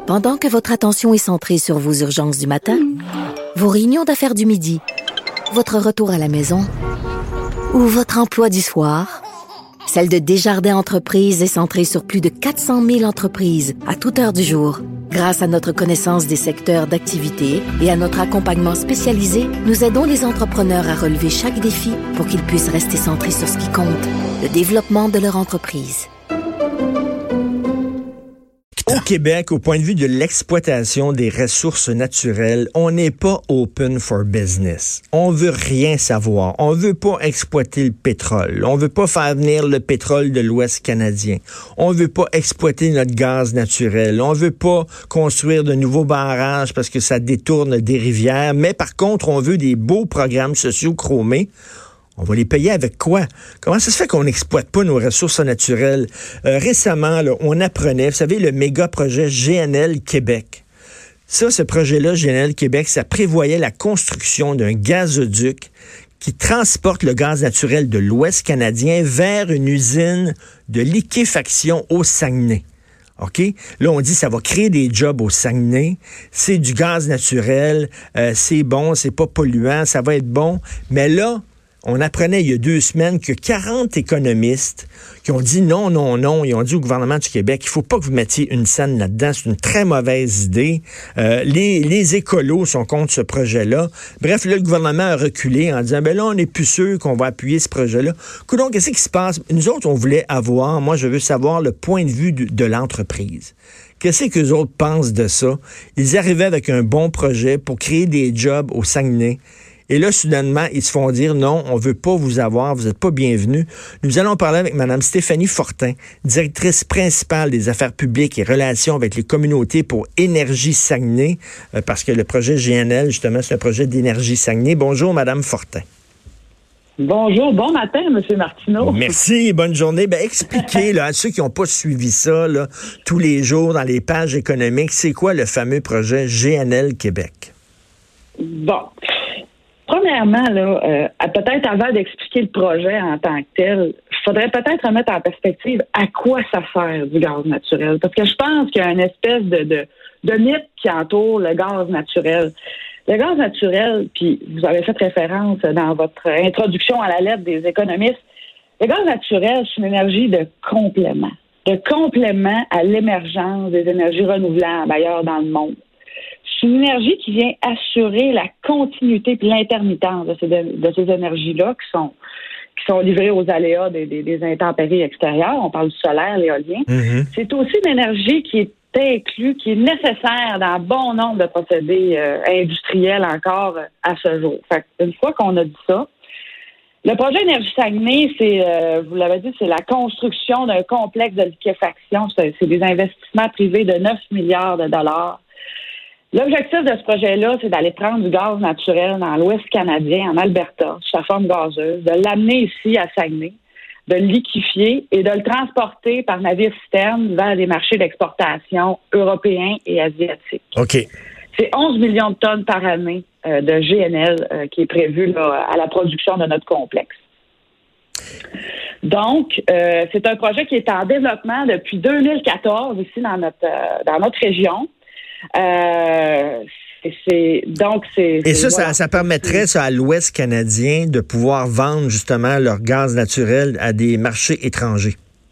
Pendant que votre attention est centrée sur vos urgences du matin, vos réunions d'affaires du midi, votre retour à la maison ou votre emploi du soir, celle de Desjardins Entreprises est centrée sur plus de 400 000 entreprises à toute heure du jour. Grâce à notre connaissance des secteurs d'activité et à notre accompagnement spécialisé, nous aidons les entrepreneurs à relever chaque défi pour qu'ils puissent rester centrés sur ce qui compte, le développement de leur entreprise. Au Québec, au point de vue de l'exploitation des ressources naturelles, on n'est pas open for business. On veut rien savoir. On veut pas exploiter le pétrole. On veut pas faire venir le pétrole de l'Ouest canadien. On veut pas exploiter notre gaz naturel. On veut pas construire de nouveaux barrages parce que ça détourne des rivières. Mais par contre, on veut des beaux programmes sociaux chromés. On va les payer avec quoi? Comment ça se fait qu'on n'exploite pas nos ressources naturelles? Récemment, là, on apprenait, vous savez, le méga projet GNL Québec. Ça, ce projet-là, GNL Québec, ça prévoyait la construction d'un gazoduc qui transporte le gaz naturel de l'Ouest canadien vers une usine de liquéfaction au Saguenay. OK? Là, on dit ça va créer des jobs au Saguenay. C'est du gaz naturel. C'est bon, c'est pas polluant, ça va être bon. Mais là, on apprenait il y a 2 semaines que 40 économistes qui ont dit non. Ils ont dit au gouvernement du Québec, il faut pas que vous mettiez une scène là-dedans. C'est une très mauvaise idée. Les écolos sont contre ce projet-là. Bref, là, le gouvernement a reculé en disant, ben là, on n'est plus sûr qu'on va appuyer ce projet-là. Coudonc, qu'est-ce qui se passe? Nous autres, on voulait avoir, moi, je veux savoir le point de vue de l'entreprise. Qu'est-ce que les autres pensent de ça? Ils arrivaient avec un bon projet pour créer des jobs au Saguenay. Et là, soudainement, ils se font dire non, on veut pas vous avoir, vous n'êtes pas bienvenus. Nous allons parler avec Mme Stéphanie Fortin, directrice principale des affaires publiques et relations avec les communautés pour Énergie Saguenay, parce que le projet GNL, justement, c'est un projet d'Énergie Saguenay. Bonjour, Mme Fortin. Bonjour, bon matin, M. Martineau. Merci, bonne journée. Ben, expliquez là, à ceux qui n'ont pas suivi ça là, tous les jours dans les pages économiques, c'est quoi le fameux projet GNL Québec? Bon. Premièrement, là, peut-être avant d'expliquer le projet en tant que tel, il faudrait peut-être remettre en perspective à quoi ça sert du gaz naturel. Parce que je pense qu'il y a une espèce de mythe qui entoure le gaz naturel. Le gaz naturel, puis vous avez fait référence dans votre introduction à la lettre des économistes, le gaz naturel, c'est une énergie de complément à l'émergence des énergies renouvelables ailleurs dans le monde. C'est une énergie qui vient assurer la continuité et l'intermittence de ces énergies-là qui sont livrées aux aléas des intempéries extérieures. On parle du solaire, l'éolien. Mm-hmm. C'est aussi une énergie qui est inclue, qui est nécessaire dans bon nombre de procédés industriels encore à ce jour. Fait une fois qu'on a dit ça, le projet Énergie Saguenay, c'est, vous l'avez dit, c'est la construction d'un complexe de liquéfaction. C'est des investissements privés de 9 milliards de dollars. L'objectif de ce projet-là, c'est d'aller prendre du gaz naturel dans l'Ouest canadien, en Alberta, sous sa forme gazeuse, de l'amener ici à Saguenay, de le liquéfier et de le transporter par navire-citerne vers des marchés d'exportation européens et asiatiques. OK. C'est 11 millions de tonnes par année de GNL qui est prévu là, à la production de notre complexe. Donc, c'est un projet qui est en développement depuis 2014 ici dans notre région. Et ça permettrait ça, à l'Ouest canadien de pouvoir vendre justement leur gaz naturel à des marchés étrangers.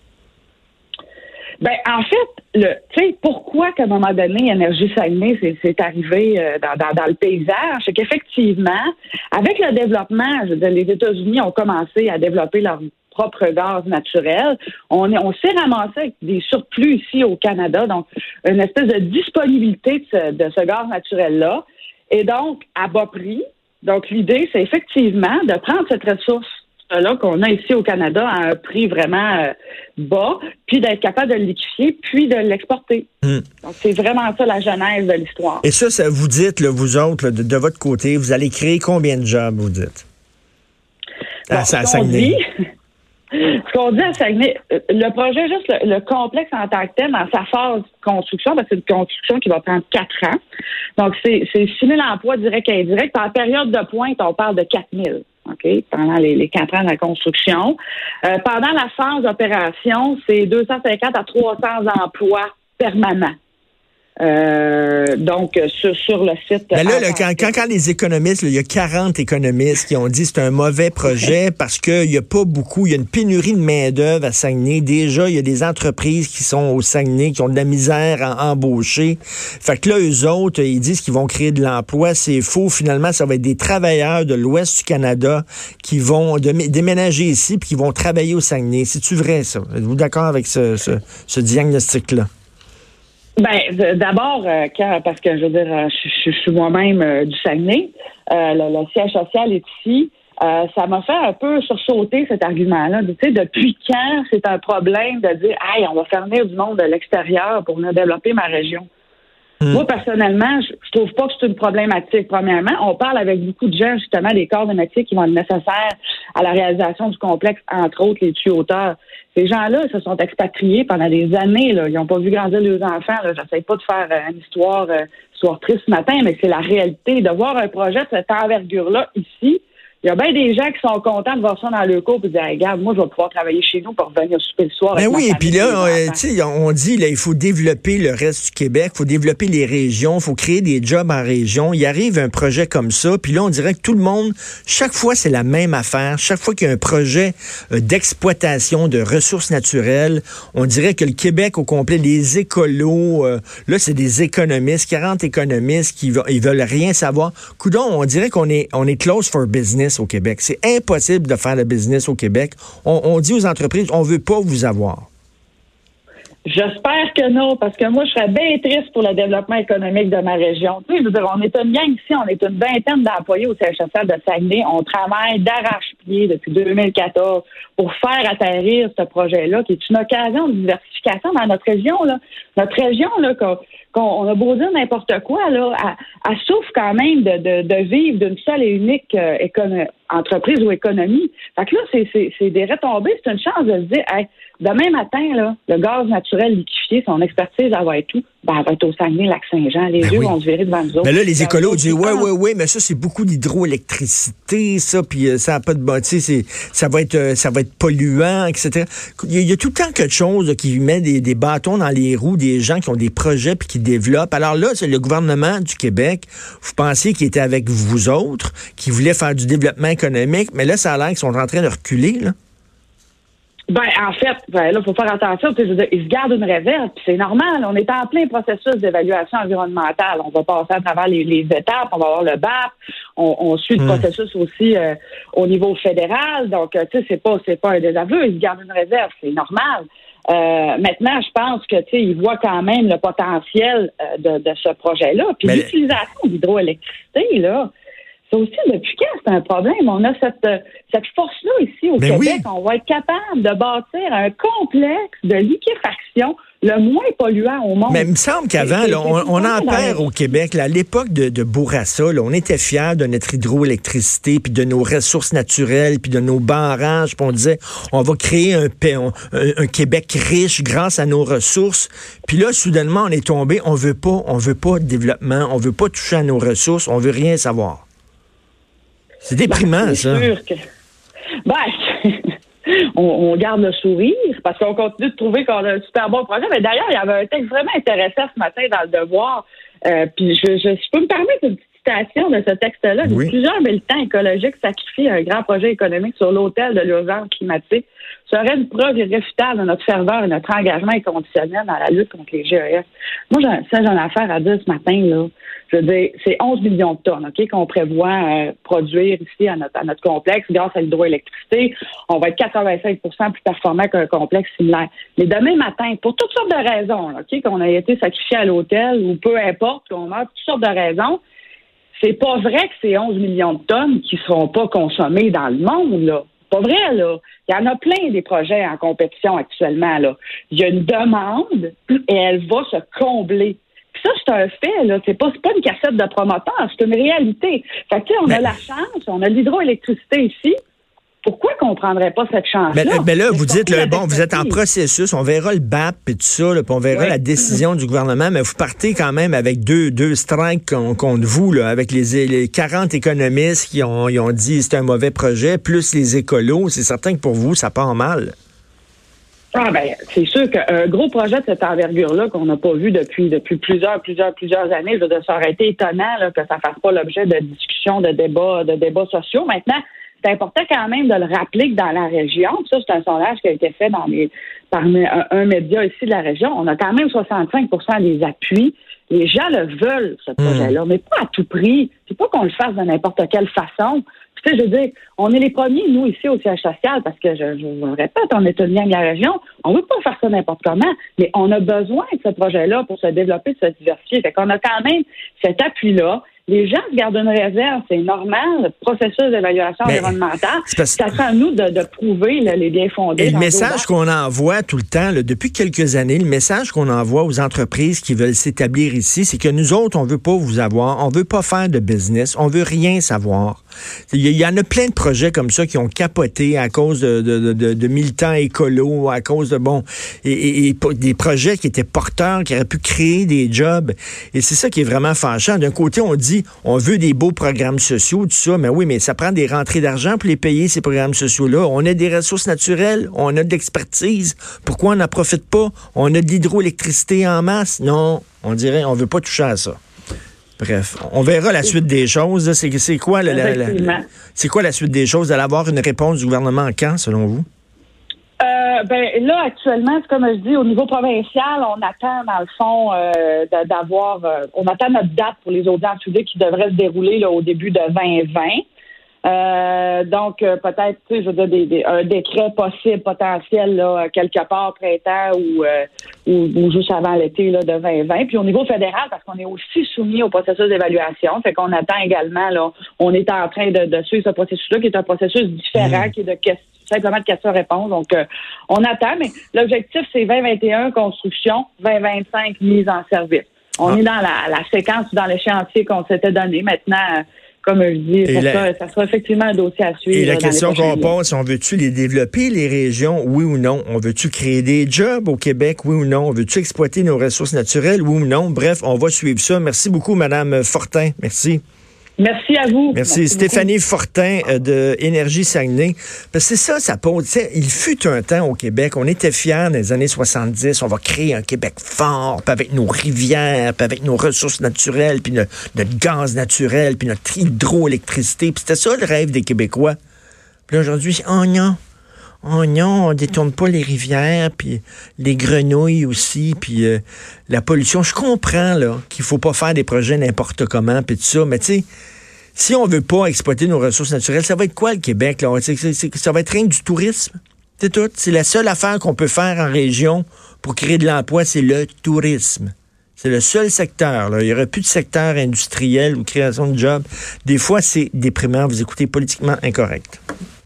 Ben en fait, tu sais pourquoi qu'à un moment donné, Énergie Saguenay c'est arrivé dans le paysage, c'est qu'effectivement, avec le développement, je veux dire, les États-Unis ont commencé à développer leur propre gaz naturel. On s'est ramassé avec des surplus ici au Canada, donc une espèce de disponibilité de ce gaz naturel-là, et donc à bas prix. Donc l'idée, c'est effectivement de prendre cette ressource-là qu'on a ici au Canada à un prix vraiment bas, puis d'être capable de le liquéfier, puis de l'exporter. Donc c'est vraiment ça la genèse de l'histoire. Et ça vous dites, là, vous autres, là, de votre côté, vous allez créer combien de jobs, vous dites? Ce qu'on dit à Saguenay, le projet, juste le complexe en tant que tel, dans sa phase de construction, parce que c'est une construction qui va prendre 4 ans. Donc, c'est 6 000 emplois directs et indirects. En période de pointe, on parle de 4 000, OK, pendant les 4 ans de la construction. Pendant la phase d'opération, c'est 250 à 300 emplois permanents. Donc, sur le site... Mais là, quand les économistes, il y a 40 économistes qui ont dit que c'est un mauvais projet parce qu'il n'y a pas beaucoup, il y a une pénurie de main-d'œuvre à Saguenay. Déjà, il y a des entreprises qui sont au Saguenay, qui ont de la misère à embaucher. Fait que là, eux autres, ils disent qu'ils vont créer de l'emploi. C'est faux. Finalement, ça va être des travailleurs de l'Ouest du Canada qui vont déménager ici puis qui vont travailler au Saguenay. C'est-tu vrai, ça? Êtes-vous d'accord avec ce diagnostic-là? Ben, d'abord, parce que je veux dire, je suis moi-même du Saguenay. Le siège social est ici. Ça m'a fait un peu sursauter cet argument-là. Tu sais, depuis quand c'est un problème de dire, hey, on va faire venir du monde de l'extérieur pour venir développer ma région? Moi, personnellement, je trouve pas que c'est une problématique. Premièrement, on parle avec beaucoup de gens, justement, des corps de métier qui vont être nécessaires à la réalisation du complexe, entre autres les tuyauteurs. Ces gens-là, ils se sont expatriés pendant des années. Là. Ils n'ont pas vu grandir leurs enfants. J'essaie pas de faire une histoire triste ce matin, mais c'est la réalité. De voir un projet de cette envergure-là ici, il y a bien des gens qui sont contents de voir ça dans le cours et de dire, hey, regarde, moi, je vais pouvoir travailler chez nous pour revenir souper le soir. Ben oui, et puis là, tu sais, on dit, là, il faut développer le reste du Québec, il faut développer les régions, il faut créer des jobs en région. Il arrive un projet comme ça, puis là, on dirait que tout le monde, chaque fois, c'est la même affaire. Chaque fois qu'il y a un projet d'exploitation de ressources naturelles, on dirait que le Québec au complet, les écolos, là, c'est des économistes, 40 économistes qui ils veulent rien savoir. Coudon, on dirait qu'on est close for business au Québec. C'est impossible de faire le business au Québec. On dit aux entreprises, on veut pas vous avoir. J'espère que non, parce que moi, je serais bien triste pour le développement économique de ma région. Tu sais, je veux dire, on est une gang ici, on est une vingtaine d'employés au CHSL de Saguenay. On travaille d'arrache-pied depuis 2014 pour faire atterrir ce projet-là, qui est une occasion de diversification dans notre région, là. Notre région, là, qu'on a beau dire n'importe quoi, là, elle souffre quand même de vivre d'une seule et unique entreprise ou économie. Fait que là, c'est des retombées, c'est une chance de se dire, hey, demain matin, là, le gaz naturel liquéfié, son expertise, elle va être où? Ben, elle va être au Saguenay, Lac-Saint-Jean. Les yeux vont se virer devant nous autres. Mais là, les écolos disent, ouais, mais ça, c'est beaucoup d'hydroélectricité, ça, puis ça n'a pas de bon, tu sais, ça va être polluant, etc. Il y a tout le temps quelque chose là, qui met des bâtons dans les roues des gens qui ont des projets puis qui développent. Alors là, c'est le gouvernement du Québec. Vous pensiez qu'il était avec vous autres, qui voulait faire du développement économique, mais là, ça a l'air qu'ils sont en train de reculer, là. Ben, en fait, là, il faut faire attention. Je veux dire, ils se gardent une réserve, puis c'est normal. On est en plein processus d'évaluation environnementale. On va passer à travers les étapes, on va avoir le BAP, on suit le processus aussi au niveau fédéral. Donc, tu sais, c'est pas un désaveu. Ils se gardent une réserve, c'est normal. Maintenant, je pense que, tu sais, ils voient quand même le potentiel de ce projet-là. Puis l'utilisation d'hydroélectricité, là, ça aussi, depuis quand c'est un problème? On a cette force-là ici au Québec. Oui. On va être capable de bâtir un complexe de liquéfaction le moins polluant au monde. Mais il me semble qu'avant, là, on en perd au Québec. Là, à l'époque de Bourassa, là, on était fiers de notre hydroélectricité, puis de nos ressources naturelles, puis de nos barrages. Puis on disait, on va créer un Québec riche grâce à nos ressources. Puis là, soudainement, on est tombé. On veut pas de développement. On veut pas toucher à nos ressources. On veut rien savoir. C'est déprimant, ça. C'est sûr que... on garde le sourire parce qu'on continue de trouver qu'on a un super bon projet. Mais d'ailleurs, il y avait un texte vraiment intéressant ce matin dans Le Devoir. Puis je peux me permettre une petite citation de ce texte-là. Oui. Plusieurs militants écologiques sacrifient un grand projet économique sur l'autel de l'urgence climatique. Serait une preuve irréfutable de notre ferveur et notre engagement inconditionnel dans la lutte contre les GES. Moi, j'en ai affaire à dire ce matin, là. Je veux dire, c'est 11 millions de tonnes, OK, qu'on prévoit produire ici à notre complexe grâce à l'hydroélectricité. On va être 85% plus performant qu'un complexe similaire. Mais demain matin, pour toutes sortes de raisons, là, OK, qu'on a été sacrifié à l'hôtel ou peu importe, qu'on meurt, toutes sortes de raisons, c'est pas vrai que c'est 11 millions de tonnes qui seront pas consommées dans le monde, là. Pas vrai, là. Il y en a plein des projets en compétition actuellement, là. Il y a une demande et elle va se combler. Puis ça, c'est un fait, là. C'est pas une cassette de promoteur, c'est une réalité. Fait que, tu sais, on a la chance, on a l'hydroélectricité ici. Pourquoi qu'on prendrait pas cette chance-là? Mais là, vous dites, là, bon, vous êtes en processus, on verra le BAP et tout ça, là, puis on verra la décision du gouvernement, mais vous partez quand même avec deux strikes contre vous, là, avec les 40 économistes qui ont dit c'est un mauvais projet, plus les écolos. C'est certain que pour vous, ça part mal. Ah ben, c'est sûr qu'un gros projet de cette envergure-là qu'on n'a pas vu depuis plusieurs années, je veux dire, ça aurait été étonnant là, que ça fasse pas l'objet de discussions, de débats sociaux. Maintenant, c'est important quand même de le rappeler que dans la région, ça c'est un sondage qui a été fait par un média ici de la région, on a quand même 65% des appuis. Les gens le veulent, ce projet-là, mais pas à tout prix. C'est pas qu'on le fasse de n'importe quelle façon. Puis, tu sais, je veux dire, on est les premiers, nous, ici, au siège social, parce que, je vous le répète, on est une gang de la région. On veut pas faire ça n'importe comment, mais on a besoin de ce projet-là pour se développer, se diversifier. Fait qu'on a quand même cet appui-là. Les gens se gardent une réserve, c'est normal, le processus d'évaluation environnementale. Ça fait à nous de prouver les bien fondés. Et le message qu'on envoie tout le temps, là, depuis quelques années, le message qu'on envoie aux entreprises qui veulent s'établir ici, c'est que nous autres, on veut pas vous avoir, on veut pas faire de business, on veut rien savoir. Il y en a plein de projets comme ça qui ont capoté à cause de militants écolos, à cause de, et des projets qui étaient porteurs, qui auraient pu créer des jobs. Et c'est ça qui est vraiment fâchant. D'un côté, on dit, on veut des beaux programmes sociaux, tout ça, mais oui, mais ça prend des rentrées d'argent pour les payer, ces programmes sociaux-là. On a des ressources naturelles, on a de l'expertise. Pourquoi on n'en profite pas? On a de l'hydroélectricité en masse? Non, on dirait, on veut pas toucher à ça. Bref, on verra la suite des choses. C'est quoi c'est quoi la suite des choses? D'aller avoir une réponse du gouvernement quand, selon vous? Ben là, actuellement, c'est comme je dis, au niveau provincial, on attend, dans le fond, on attend notre date pour les audiences publiques qui devraient se dérouler là, au début de 2020. Donc, peut-être, tu sais, je veux dire, un décret possible, potentiel, là, quelque part printemps ou juste avant l'été là, de 2020. Puis au niveau fédéral, parce qu'on est aussi soumis au processus d'évaluation, fait qu'on attend également, là, on est en train de suivre ce processus-là, qui est un processus différent, qui est de simplement de questions-réponses. Donc, on attend, mais l'objectif, c'est 2021, construction, 2025, mise en service. On est dans la séquence, dans l'échéancier qu'on s'était donné. Maintenant, comme je dis, ça sera effectivement un dossier à suivre. Et la question qu'on pose, on veut-tu les développer, les régions, oui ou non? On veut-tu créer des jobs au Québec, oui ou non? On veut-tu exploiter nos ressources naturelles, oui ou non? Bref, on va suivre ça. Merci beaucoup, Mme Fortin. Merci. Merci à vous. Merci Stéphanie beaucoup. Fortin de Énergie Saguenay. Parce que c'est ça pose. Il fut un temps au Québec, on était fiers dans les années 70, on va créer un Québec fort, puis avec nos rivières, puis avec nos ressources naturelles, puis notre gaz naturel, puis notre hydroélectricité. Puis c'était ça le rêve des Québécois. Puis là, aujourd'hui, oh non, on détourne pas les rivières, puis les grenouilles aussi, puis la pollution. Je comprends là qu'il faut pas faire des projets n'importe comment, puis tout ça, mais tu sais, si on veut pas exploiter nos ressources naturelles, ça va être quoi le Québec là? Ça va être rien que du tourisme. C'est tout. C'est la seule affaire qu'on peut faire en région pour créer de l'emploi, c'est le tourisme. C'est le seul secteur. Là. Il n'y aurait plus de secteur industriel ou création de jobs. Des fois, c'est déprimant. Vous écoutez Politiquement Incorrect.